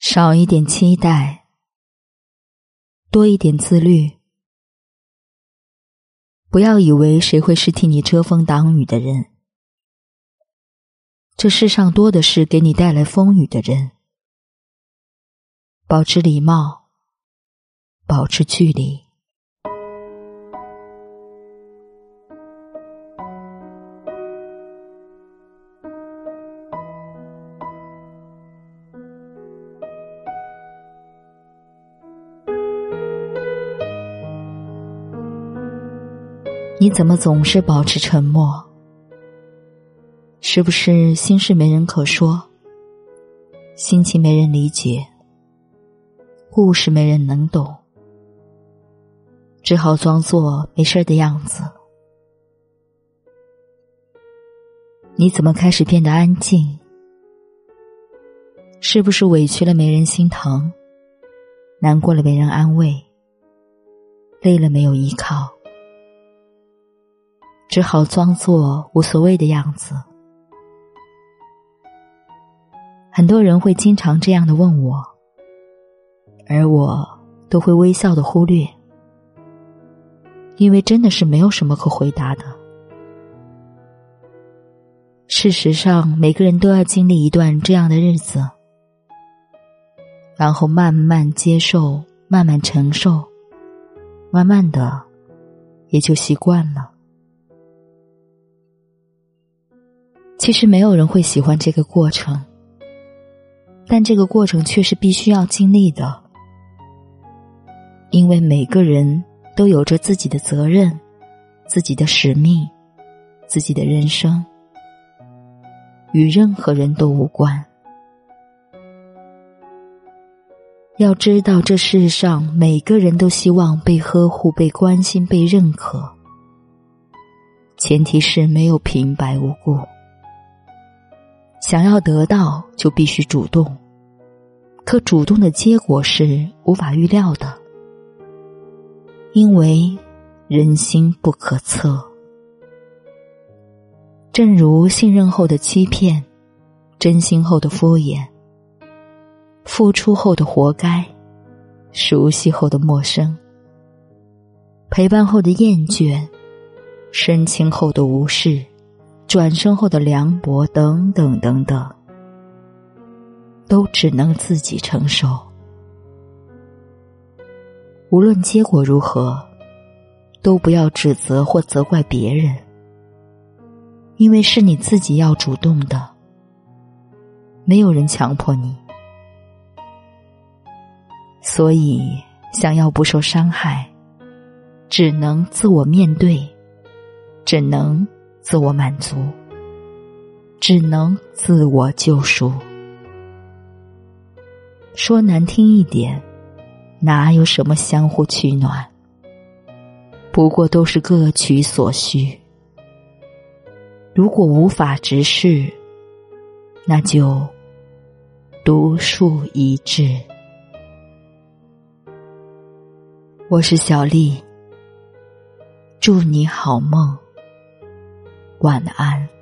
少一点期待，多一点自律。不要以为谁会是替你遮风挡雨的人，这世上多的是给你带来风雨的人。保持礼貌，保持距离。你怎么总是保持沉默？是不是心事没人可说，心情没人理解，故事没人能懂，只好装作没事的样子？你怎么开始变得安静？是不是委屈了没人心疼，难过了没人安慰，累了没有依靠，只好装作无所谓的样子？很多人会经常这样的问我，而我都会微笑的忽略，因为真的是没有什么可回答的。事实上，每个人都要经历一段这样的日子，然后慢慢接受，慢慢承受，慢慢的也就习惯了。其实没有人会喜欢这个过程，但这个过程却是必须要经历的，因为每个人都有着自己的责任，自己的使命，自己的人生，与任何人都无关。要知道，这世上每个人都希望被呵护，被关心，被认可，前提是没有平白无故。想要得到就必须主动，可主动的结果是无法预料的，因为人心不可测。正如信任后的欺骗，真心后的敷衍，付出后的活该，熟悉后的陌生，陪伴后的厌倦，深情后的无视，转身后的凉薄，等等等等，都只能自己承受。无论结果如何，都不要指责或责怪别人，因为是你自己要主动的，没有人强迫你。所以想要不受伤害，只能自我面对，只能自我满足，只能自我救赎。说难听一点，哪有什么相互取暖，不过都是各取所需。如果无法直视，那就独树一帜。我是小丽，祝你好梦，晚安。